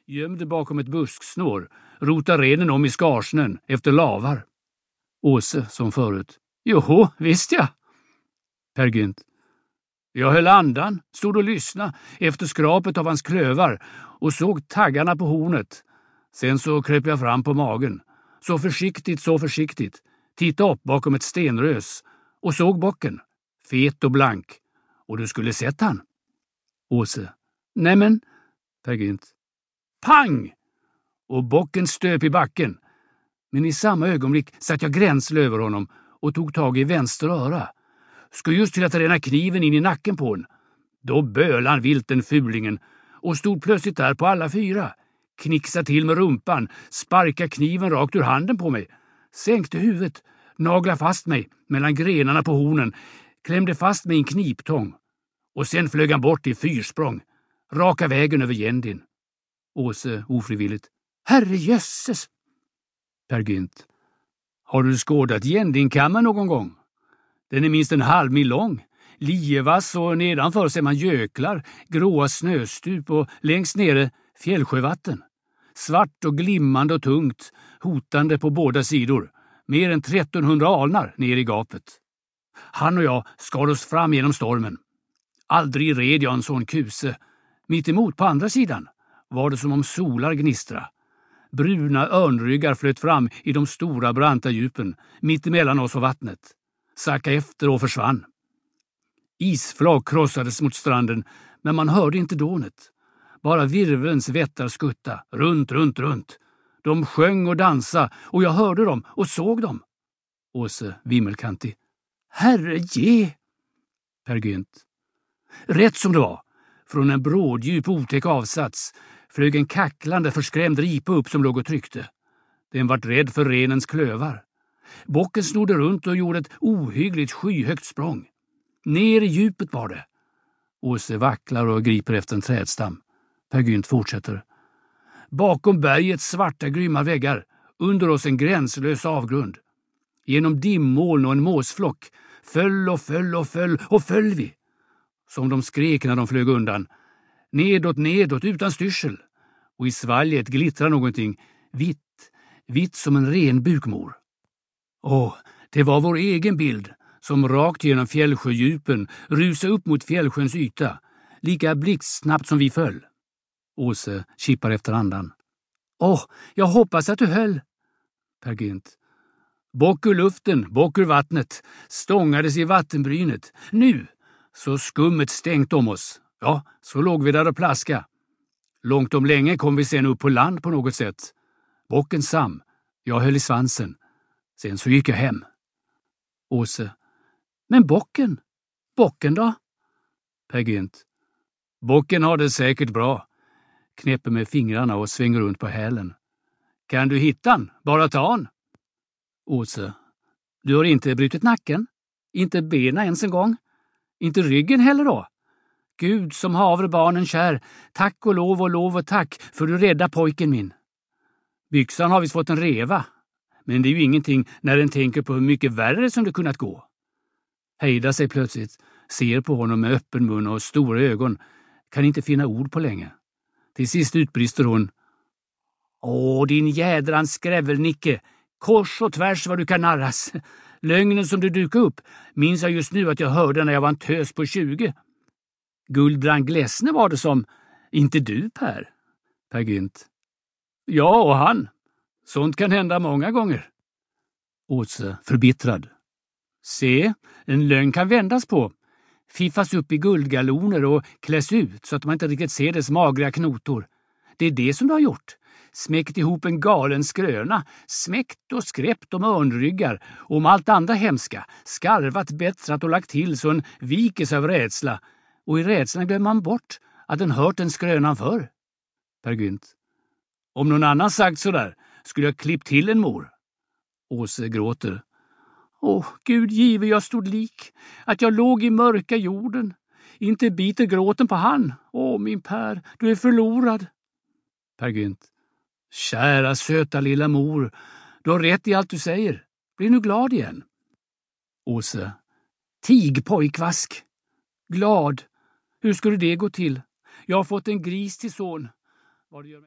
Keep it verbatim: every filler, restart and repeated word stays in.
Gömd bakom ett busksnår rotar renen om i skarsnön efter lavar. Åse som förut. Joho, visst ja. Per Gynt. Jag höll andan, stod och lyssnade efter skrapet av hans klövar och såg taggarna på hornet. Sen så kröp jag fram på magen. Så försiktigt, så försiktigt. Tittade upp bakom ett stenrös och såg bocken. Fet och blank. Och du skulle sett han. Åse. Nämen. Per Gynt. Pang! Och bocken stöp i backen. Men i samma ögonblick satt jag gränsel över honom och tog tag i vänster öra. Skulle just till att rena kniven in i nacken på en. Då bölade han vilt den fulingen och stod plötsligt där på alla fyra. Knixa till med rumpan, sparka kniven rakt ur handen på mig. Sänkte huvudet, nagla fast mig mellan grenarna på hornen, klämde fast mig i en kniptång. Och sen flög han bort i fyrsprång, raka vägen över Gendin. Åse ofrivilligt. Herre jösses! Per Gynt. Har du skådat Gendinkammen någon gång? Den är minst en halv mil lång. Lievass och nedanför ser man göklar, gråa snöstup och längst nere fjällsjövatten. Svart och glimmande och tungt, hotande på båda sidor. Mer än trettonhundra alnar ner i gapet. Han och jag skar oss fram genom stormen. Aldrig red jag en sån kuse. Mitt emot på andra sidan var det som om solar gnistra. Bruna örnryggar flöt fram i de stora branta djupen, mitt emellan oss och vattnet. Sacka efter och försvann. Isflak krossades mot stranden, men man hörde inte dånet. Bara virvelns vättar skutta, runt, runt, runt. De sjöng och dansade, och jag hörde dem och såg dem. Åse vimmelkantig. Herre ge! Per Gynt. Rätt som det var, från en bråddjup otäck avsats, flög en kacklande förskrämd ripa upp som låg och tryckte. Den vart rädd för renens klövar. Bocken snodde runt och gjorde ett ohyggligt skyhögt språng. Ner i djupet var det. Åse vacklar och griper efter en trädstam. Per Gynt fortsätter. Bakom bergets svarta grymma väggar, under oss en gränslös avgrund. Genom dimmoln och en måsflock föll och föll och föll och föll vi. Som de skrek när de flög undan. Nedåt, nedåt, utan styrsel. Och i svalget glittrar någonting vitt, vitt som en ren bukmor. Åh, det var vår egen bild som rakt genom fjällsjödjupen rusade upp mot fjällsjöns yta, lika blixtsnabbt som vi föll. Åse kippar efter andan. Åh, jag hoppas att du höll. Per Gynt. Bock ur luften, bock ur vattnet, stångades i vattenbrynet. Nu, så skummet stängt om oss. Ja, så låg vi där och plaska. Långt om länge kom vi sen upp på land på något sätt. Bocken sam, jag höll i svansen. Sen så gick jag hem. Åse. Men bocken? Bocken då? Per Gynt. Bocken har det säkert bra. Knäpper med fingrarna och svänger runt på hälen. Kan du hitta han? Bara ta han. Åse. Du har inte brutit nacken? Inte bena ens en gång? Inte ryggen heller då? Gud som haver barnen kär, tack och lov och lov och tack för du rädda pojken min. Byxan har vi fått en reva, men det är ju ingenting när den tänker på hur mycket värre som det kunnat gå. Hejdar sig plötsligt, ser på honom med öppen mun och stora ögon, kan inte finna ord på länge. Till sist utbrister hon. Åh, din jädrans skrävelnicke, kors och tvärs vad du kan narras. Lögnen som du dukade upp minns jag just nu att jag hörde när jag var en tös på tjugo. Guldbrand Glesne var det som, inte du Per. Per Gynt. Ja och han. Sånt kan hända många gånger. Åse förbittrad. Se, en lögn kan vändas på. Fiffas upp i guldgaloner och kläs ut så att man inte riktigt ser dess magra knotor. Det är det som du har gjort. Smäckt ihop en galen skröna, smäckt och skräppt om örnryggar och om allt andra hemska, skarvat, bättrat och lagt till så en vikes av rädsla. Och i rädslan glömmer man bort att den hört en skrönan förr. Per Gynt. Om någon annan sagt så där skulle jag klippt till en mor. Åse gråter. Åh, Gud give jag stod lik, att jag låg i mörka jorden. Inte biter gråten på han. Åh, min Per, du är förlorad. Per Gynt. Kära söta lilla mor, du har rätt i allt du säger. Blir nu glad igen. Åse. Tig, pojkvask. Glad. Hur skulle det gå till? Jag har fått en gris till son. Vad det gör med...